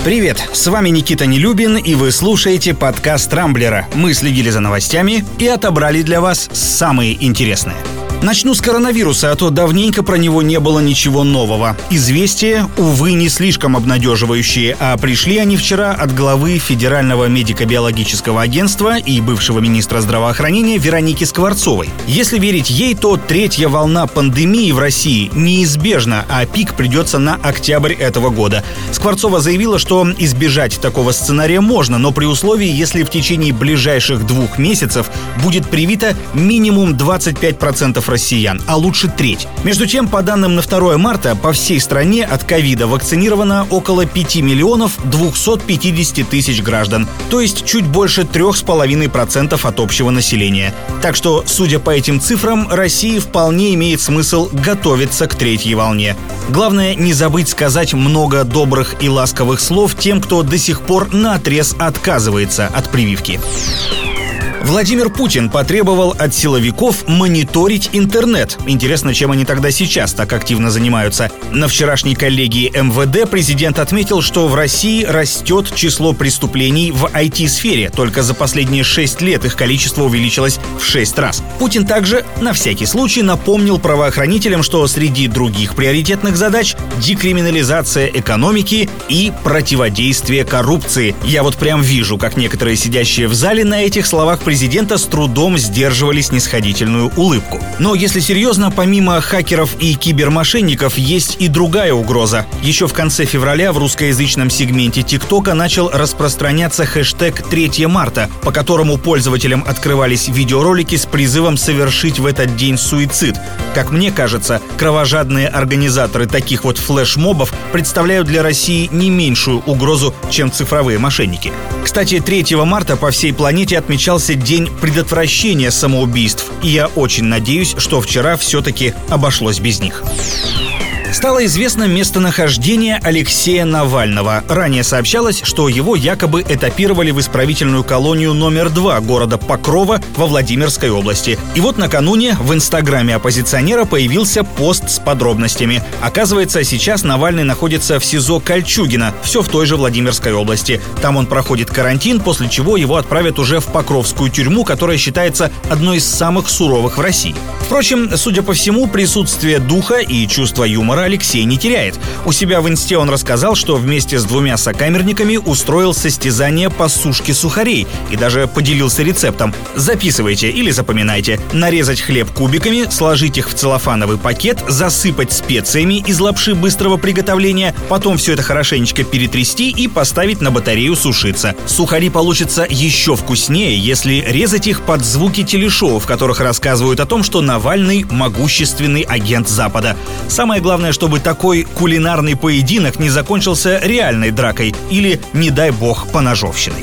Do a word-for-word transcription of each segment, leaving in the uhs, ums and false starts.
Привет, с вами Никита Нелюбин, и вы слушаете подкаст Рамблера. Мы следили за новостями и отобрали для вас самые интересные. Начну с коронавируса, а то давненько про него не было ничего нового. Известия, увы, не слишком обнадеживающие, а пришли они вчера от главы Федерального медико-биологического агентства и бывшего министра здравоохранения Вероники Скворцовой. Если верить ей, то третья волна пандемии в России неизбежна, а пик придется на октябрь этого года. Скворцова заявила, что избежать такого сценария можно, но при условии, если в течение ближайших двух месяцев будет привито минимум двадцать пять процентов россиян, а лучше треть. Между тем, по данным на второе марта, по всей стране от ковида вакцинировано около пяти миллионов двухсот пятидесяти тысяч граждан, то есть чуть больше трех с половиной процентов от общего населения. Так что, судя по этим цифрам, России вполне имеет смысл готовиться к третьей волне. Главное, не забыть сказать много добрых и ласковых слов тем, кто до сих пор наотрез отказывается от прививки. Владимир Путин потребовал от силовиков мониторить интернет. Интересно, чем они тогда сейчас так активно занимаются. На вчерашней коллегии эм вэ дэ президент отметил, что в России растет число преступлений в ай ти-сфере. Только за последние шесть лет их количество увеличилось в шесть раз. Путин также, на всякий случай, напомнил правоохранителям, что среди других приоритетных задач – декриминализация экономики и противодействие коррупции. Я вот прям вижу, как некоторые сидящие в зале на этих словах президента Президента с трудом сдерживали снисходительную улыбку. Но если серьезно, помимо хакеров и кибермошенников есть и другая угроза. Еще в конце февраля в русскоязычном сегменте ТикТока начал распространяться хэштег «третье марта», по которому пользователям открывались видеоролики с призывом совершить в этот день суицид. Как мне кажется, кровожадные организаторы таких вот флешмобов представляют для России не меньшую угрозу, чем цифровые мошенники. Кстати, третьего марта по всей планете отмечался День предотвращения самоубийств, и я очень надеюсь, что вчера все-таки обошлось без них. Стало известно местонахождение Алексея Навального. Ранее сообщалось, что его якобы этапировали в исправительную колонию номер два города Покрова во Владимирской области. И вот накануне в инстаграме оппозиционера появился пост с подробностями. Оказывается, сейчас Навальный находится в СИЗО Кольчугино, все в той же Владимирской области. Там он проходит карантин, после чего его отправят уже в Покровскую тюрьму, которая считается одной из самых суровых в России. Впрочем, судя по всему, присутствие духа и чувства юмора Алексей не теряет. У себя в инсте он рассказал, что вместе с двумя сокамерниками устроил состязание по сушке сухарей и даже поделился рецептом. Записывайте или запоминайте. Нарезать хлеб кубиками, сложить их в целлофановый пакет, засыпать специями из лапши быстрого приготовления, потом все это хорошенечко перетрясти и поставить на батарею сушиться. Сухари получатся еще вкуснее, если резать их под звуки телешоу, в которых рассказывают о том, что Навальный – могущественный агент Запада. Самое главное, чтобы такой кулинарный поединок не закончился реальной дракой или, не дай бог, поножовщиной.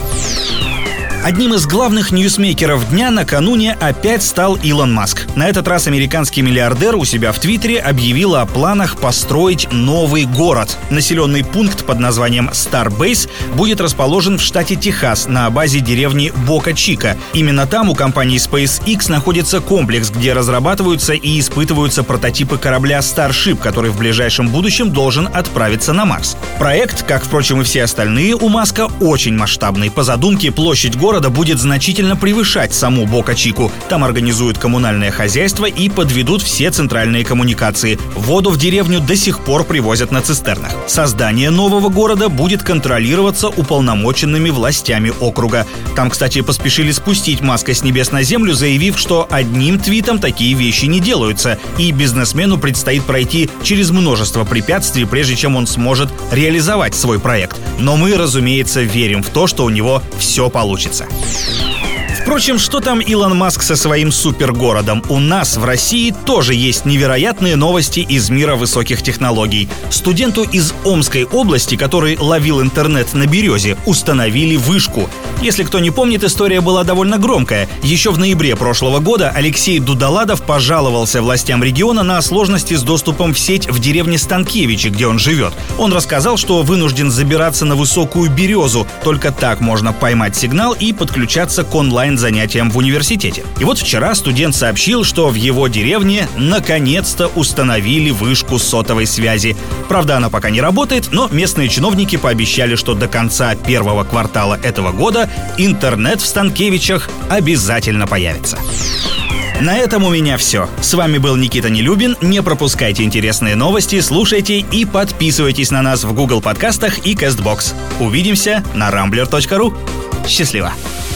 Одним из главных ньюсмейкеров дня накануне опять стал Илон Маск. На этот раз американский миллиардер у себя в Твиттере объявил о планах построить новый город. Населенный пункт под названием Starbase будет расположен в штате Техас на базе деревни Бока-Чика. Именно там у компании SpaceX находится комплекс, где разрабатываются и испытываются прототипы корабля Starship, который в ближайшем будущем должен отправиться на Марс. Проект, как, впрочем, и все остальные у Маска, очень масштабный. По задумке, площадь города города будет значительно превышать саму Бока-Чику. Там организуют коммунальное хозяйство и подведут все центральные коммуникации. Воду в деревню до сих пор привозят на цистернах. Создание нового города будет контролироваться уполномоченными властями округа. Там, кстати, поспешили спустить Маска с небес на землю, заявив, что одним твитом такие вещи не делаются, и бизнесмену предстоит пройти через множество препятствий, прежде чем он сможет реализовать свой проект. Но мы, разумеется, верим в то, что у него все получится. Впрочем, что там Илон Маск со своим супергородом? У нас в России тоже есть невероятные новости из мира высоких технологий. Студенту из Омской области, который ловил интернет на Березе, установили вышку. Если кто не помнит, история была довольно громкая. Еще в ноябре прошлого года Алексей Дудаладов пожаловался властям региона на сложности с доступом в сеть в деревне Станкевичи, где он живет. Он рассказал, что вынужден забираться на высокую Березу. Только так можно поймать сигнал и подключаться к онлайн занятиям в университете. И вот вчера студент сообщил, что в его деревне наконец-то установили вышку сотовой связи. Правда, она пока не работает, но местные чиновники пообещали, что до конца первого квартала этого года интернет в Станкевичах обязательно появится. На этом у меня все. С вами был Никита Нелюбин. Не пропускайте интересные новости, слушайте и подписывайтесь на нас в Google подкастах и Castbox. Увидимся на рамблер точка ру. Счастливо!